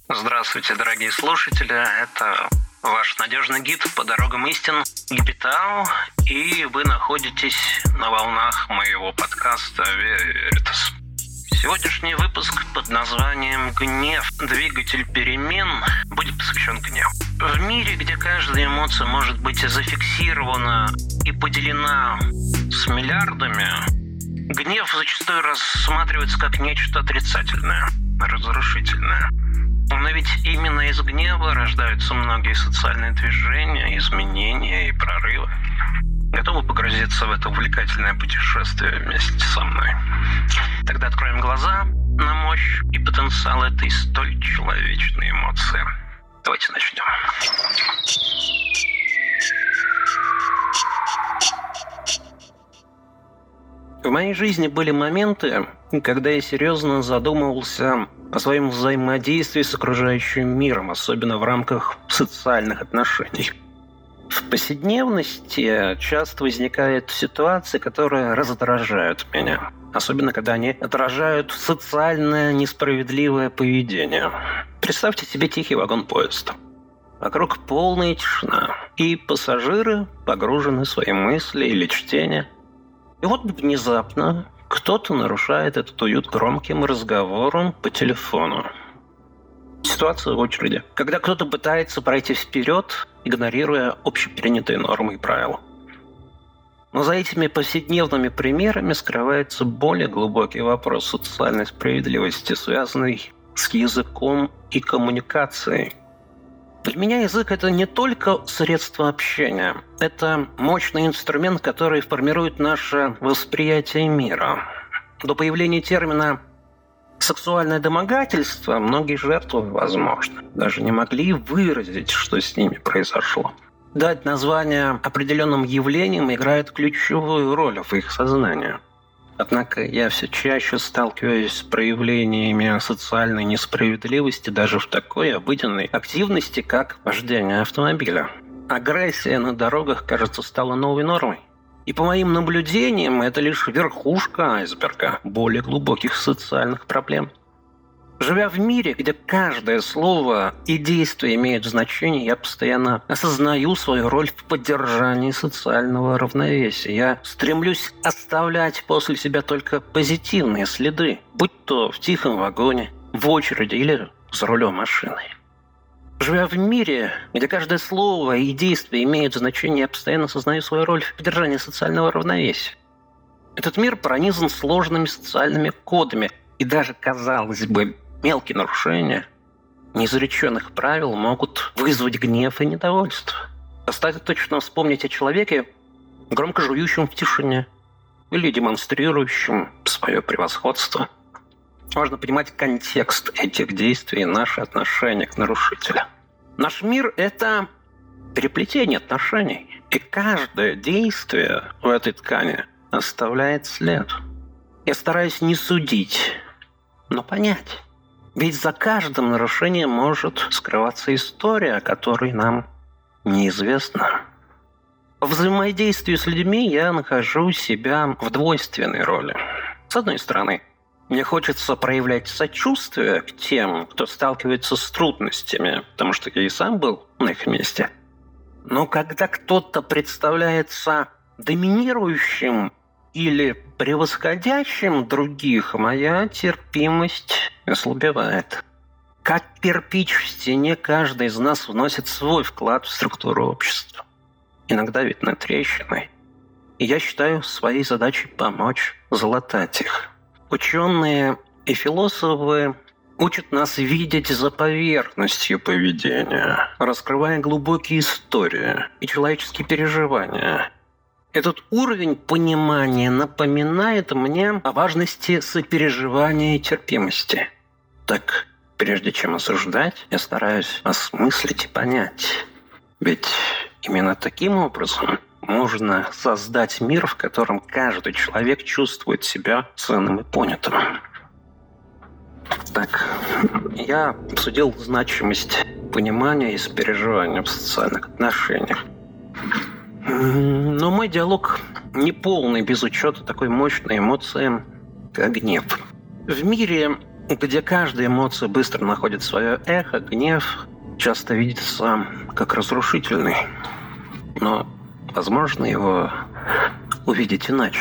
Здравствуйте, дорогие слушатели. Это ваш надежный гид по дорогам истин Гипитау, и вы находитесь на волнах моего подкаста Веритас. Сегодняшний выпуск под названием «Гнев. Двигатель перемен» будет посвящен гневу. В мире, где каждая эмоция может быть зафиксирована и поделена с миллиардами, гнев зачастую рассматривается как нечто отрицательное, разрушительное. Но ведь именно из гнева рождаются многие социальные движения, изменения и прорывы. Готовы погрузиться в это увлекательное путешествие вместе со мной? Тогда откроем глаза на мощь и потенциал этой столь человечной эмоции. Давайте начнем. В моей жизни были моменты, когда я серьезно задумывался о своем взаимодействии с окружающим миром, особенно в рамках социальных отношений. В повседневности часто возникают ситуации, которые раздражают меня, особенно когда они отражают социально несправедливое поведение. Представьте себе тихий вагон-поезда. Вокруг полная тишина, и пассажиры погружены в свои мысли или чтение. И вот внезапно кто-то нарушает этот уют громким разговором по телефону. Ситуация в очереди, когда кто-то пытается пройти вперед, игнорируя общепринятые нормы и правила. Но за этими повседневными примерами скрывается более глубокий вопрос социальной справедливости, связанный с языком и коммуникацией. Для меня язык – это не только средство общения. Это мощный инструмент, который формирует наше восприятие мира. До появления термина «сексуальное домогательство» многие жертвы, возможно, даже не могли выразить, что с ними произошло. Дать название определенным явлениям играет ключевую роль в их сознании. Однако я все чаще сталкиваюсь с проявлениями социальной несправедливости даже в такой обыденной активности, как вождение автомобиля. Агрессия на дорогах, кажется, стала новой нормой. И по моим наблюдениям, это лишь верхушка айсберга более глубоких социальных проблем. Живя в мире, где каждое слово и действие имеют значение, я постоянно осознаю свою роль в поддержании социального равновесия. Я стремлюсь оставлять после себя только позитивные следы, будь то в тихом вагоне, в очереди или за рулем машины. Живя в мире, где каждое слово и действие имеют значение, я постоянно осознаю свою роль в поддержании социального равновесия. Этот мир пронизан сложными социальными кодами, и даже, казалось бы, мелкие нарушения неизреченных правил могут вызвать гнев и недовольство. Достаточно вспомнить о человеке, громко жующем в тишине или демонстрирующем свое превосходство. Важно понимать контекст этих действий и наше отношение к нарушителю. Наш мир – это переплетение отношений, и каждое действие в этой ткани оставляет след. Я стараюсь не судить, но понять. Ведь за каждым нарушением может скрываться история, о которой нам неизвестно. В взаимодействии с людьми я нахожу себя в двойственной роли. С одной стороны, мне хочется проявлять сочувствие к тем, кто сталкивается с трудностями, потому что я и сам был на их месте. Но когда кто-то представляется доминирующим или превосходящим других, моя терпимость ослабевает. Как кирпич в стене, каждый из нас вносит свой вклад в структуру общества. Иногда видны трещины. И я считаю своей задачей помочь залатать их. Ученые и философы учат нас видеть за поверхностью поведения, раскрывая глубокие истории и человеческие переживания. Этот уровень понимания напоминает мне о важности сопереживания и терпимости. Так, прежде чем осуждать, я стараюсь осмыслить и понять. Ведь именно таким образом можно создать мир, в котором каждый человек чувствует себя ценным и понятым. Так, я обсудил значимость понимания и сопереживания в социальных отношениях. Но мой диалог не полный без учета такой мощной эмоции, как гнев. В мире, где каждая эмоция быстро находит свое эхо, гнев часто видится как разрушительный. Но возможно его увидеть иначе.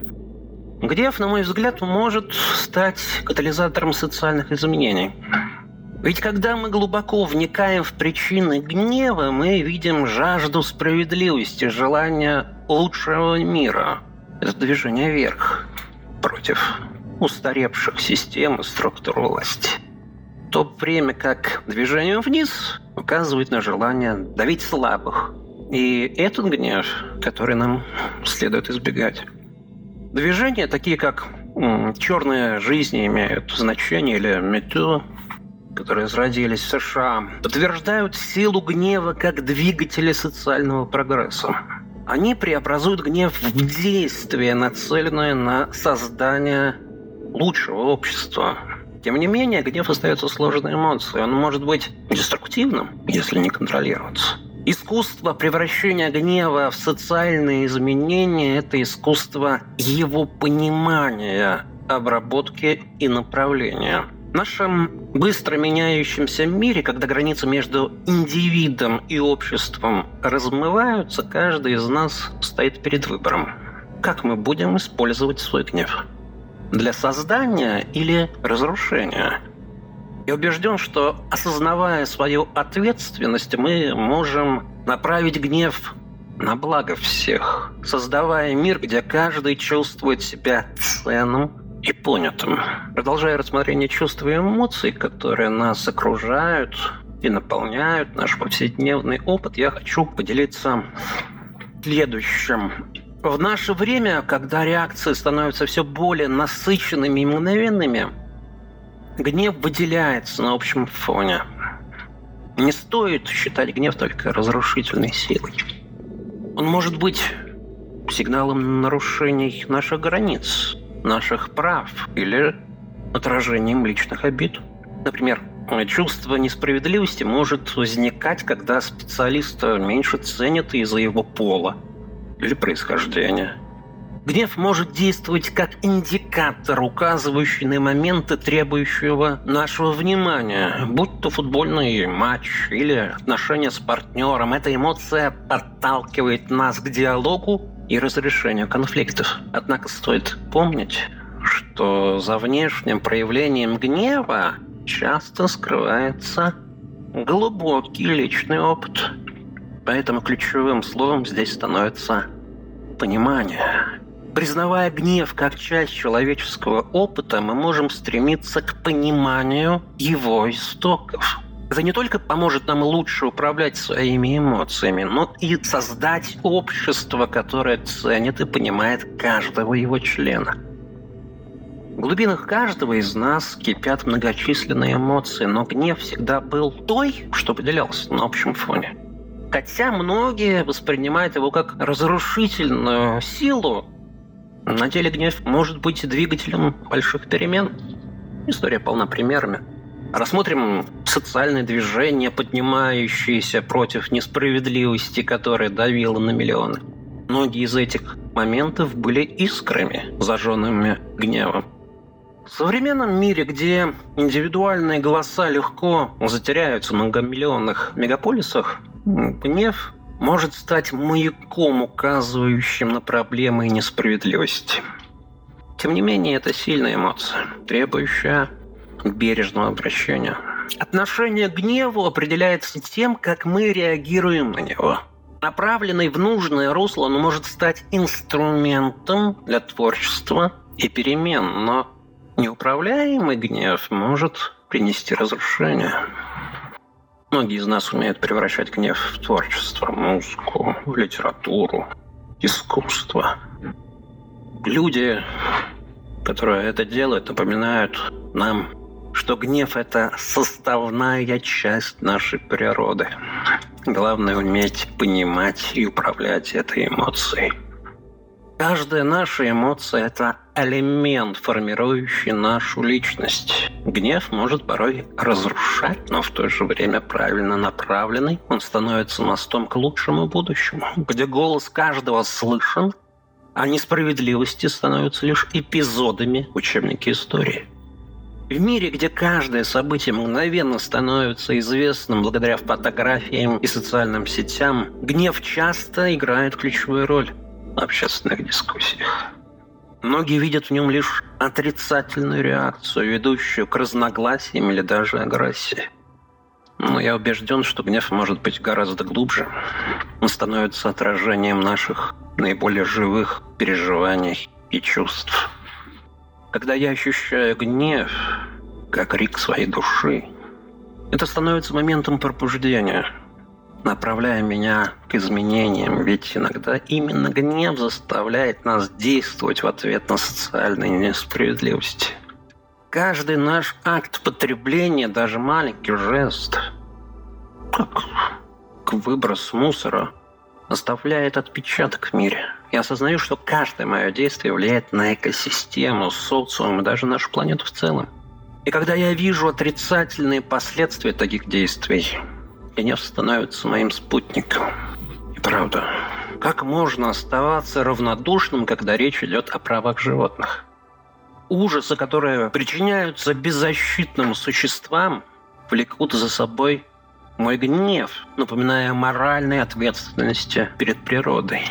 Гнев, на мой взгляд, может стать катализатором социальных изменений. Ведь когда мы глубоко вникаем в причины гнева, мы видим жажду справедливости, желание лучшего мира. Это движение вверх против устаревших систем и структур власти. В то время как движение вниз указывает на желание давить слабых. И этот гнев, который нам следует избегать. Движения, такие как «Черные жизни имеют значение» или «Мету», которые зародились в США, подтверждают силу гнева как двигатели социального прогресса. Они преобразуют гнев в действие, нацеленное на создание лучшего общества. Тем не менее, гнев остается сложной эмоцией. Он может быть деструктивным, если не контролироваться. Искусство превращения гнева в социальные изменения – это искусство его понимания, обработки и направления. В нашем быстро меняющемся мире, когда границы между индивидом и обществом размываются, каждый из нас стоит перед выбором. Как мы будем использовать свой гнев? Для создания или разрушения? Я убежден, что, осознавая свою ответственность, мы можем направить гнев на благо всех, создавая мир, где каждый чувствует себя ценным и понятым. Продолжая рассмотрение чувств и эмоций, которые нас окружают и наполняют наш повседневный опыт, я хочу поделиться следующим. В наше время, когда реакции становятся все более насыщенными и мгновенными, гнев выделяется на общем фоне. Не стоит считать гнев только разрушительной силой. Он может быть сигналом нарушений наших границ, наших прав или отражением личных обид. Например, чувство несправедливости может возникать, когда специалиста меньше ценят из-за его пола или происхождения. Гнев может действовать как индикатор, указывающий на моменты, требующего нашего внимания, будь то футбольный матч или отношения с партнером. Эта эмоция подталкивает нас к диалогу и разрешению конфликтов. Однако стоит помнить, что за внешним проявлением гнева часто скрывается глубокий личный опыт. Поэтому ключевым словом здесь становится понимание. Признавая гнев как часть человеческого опыта, мы можем стремиться к пониманию его истоков. Это не только поможет нам лучше управлять своими эмоциями, но и создать общество, которое ценит и понимает каждого его члена. В глубинах каждого из нас кипят многочисленные эмоции, но гнев всегда был той, что выделялся на общем фоне. Хотя многие воспринимают его как разрушительную силу, на деле гнев может быть двигателем больших перемен. История полна примерами. Рассмотрим социальные движения, поднимающиеся против несправедливости, которая давила на миллионы. Многие из этих моментов были искрами, зажженными гневом. В современном мире, где индивидуальные голоса легко затеряются в многомиллионных мегаполисах, гнев может стать маяком, указывающим на проблемы и несправедливости. Тем не менее, это сильная эмоция, требующая бережного обращения. Отношение к гневу определяется тем, как мы реагируем на него. Направленный в нужное русло, он может стать инструментом для творчества и перемен, но неуправляемый гнев может принести разрушение. Многие из нас умеют превращать гнев в творчество, музыку, литературу, искусство. Люди, которые это делают, напоминают нам, что гнев – это составная часть нашей природы. Главное – уметь понимать и управлять этой эмоцией. Каждая наша эмоция – это элемент, формирующий нашу личность. Гнев может порой разрушать, но в то же время правильно направленный. Он становится мостом к лучшему будущему, где голос каждого слышен, а несправедливости становятся лишь эпизодами в учебнике истории. В мире, где каждое событие мгновенно становится известным благодаря фотографиям и социальным сетям, гнев часто играет ключевую роль в общественных дискуссиях. Многие видят в нем лишь отрицательную реакцию, ведущую к разногласиям или даже агрессии. Но я убежден, что гнев может быть гораздо глубже. Он становится отражением наших наиболее живых переживаний и чувств. Когда я ощущаю гнев, как крик своей души, это становится моментом пробуждения, направляя меня к изменениям, ведь иногда именно гнев заставляет нас действовать в ответ на социальные несправедливости. Каждый наш акт потребления, даже маленький жест, как выброс мусора, оставляет отпечаток в мире. Я осознаю, что каждое мое действие влияет на экосистему, социум и даже нашу планету в целом. И когда я вижу отрицательные последствия таких действий, гнев становится моим спутником. И правда, как можно оставаться равнодушным, когда речь идет о правах животных? Ужасы, которые причиняются беззащитным существам, влекут за собой мой гнев, напоминая о моральной ответственности перед природой.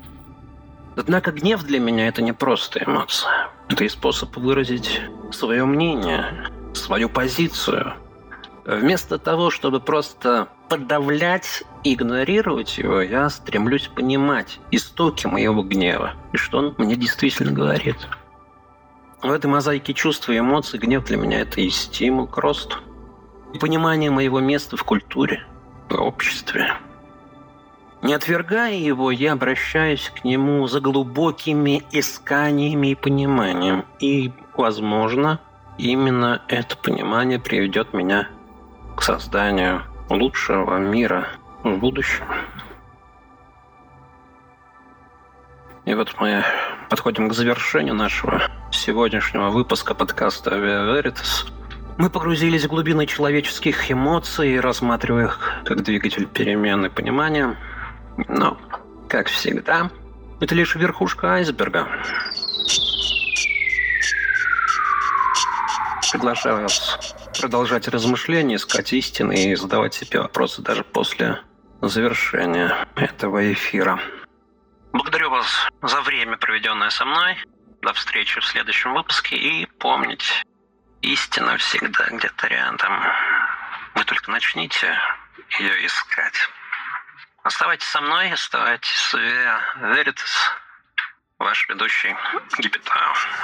Однако гнев для меня – это не просто эмоция. Это и способ выразить свое мнение, свою позицию. Вместо того, чтобы просто подавлять и игнорировать его, я стремлюсь понимать истоки моего гнева и что он мне действительно говорит. В этой мозаике чувств и эмоций гнев для меня – это и стимул к росту, и понимание моего места в культуре, в обществе. Не отвергая его, я обращаюсь к нему за глубокими исканиями и пониманием. И, возможно, именно это понимание приведет меня к созданию лучшего мира в будущем. И вот мы подходим к завершению нашего сегодняшнего выпуска подкаста Via Veritas. Мы погрузились в глубины человеческих эмоций, рассматривая их как двигатель перемен и понимания. Но, как всегда, это лишь верхушка айсберга. Приглашаю вас продолжать размышления, искать истины и задавать себе вопросы даже после завершения этого эфира. Благодарю вас за время, проведенное со мной. До встречи в следующем выпуске. И помните, истина всегда где-то рядом. Вы только начните ее искать. Оставайтесь со мной, оставайтесь с Via Veritas, ваш ведущий Гиппетао.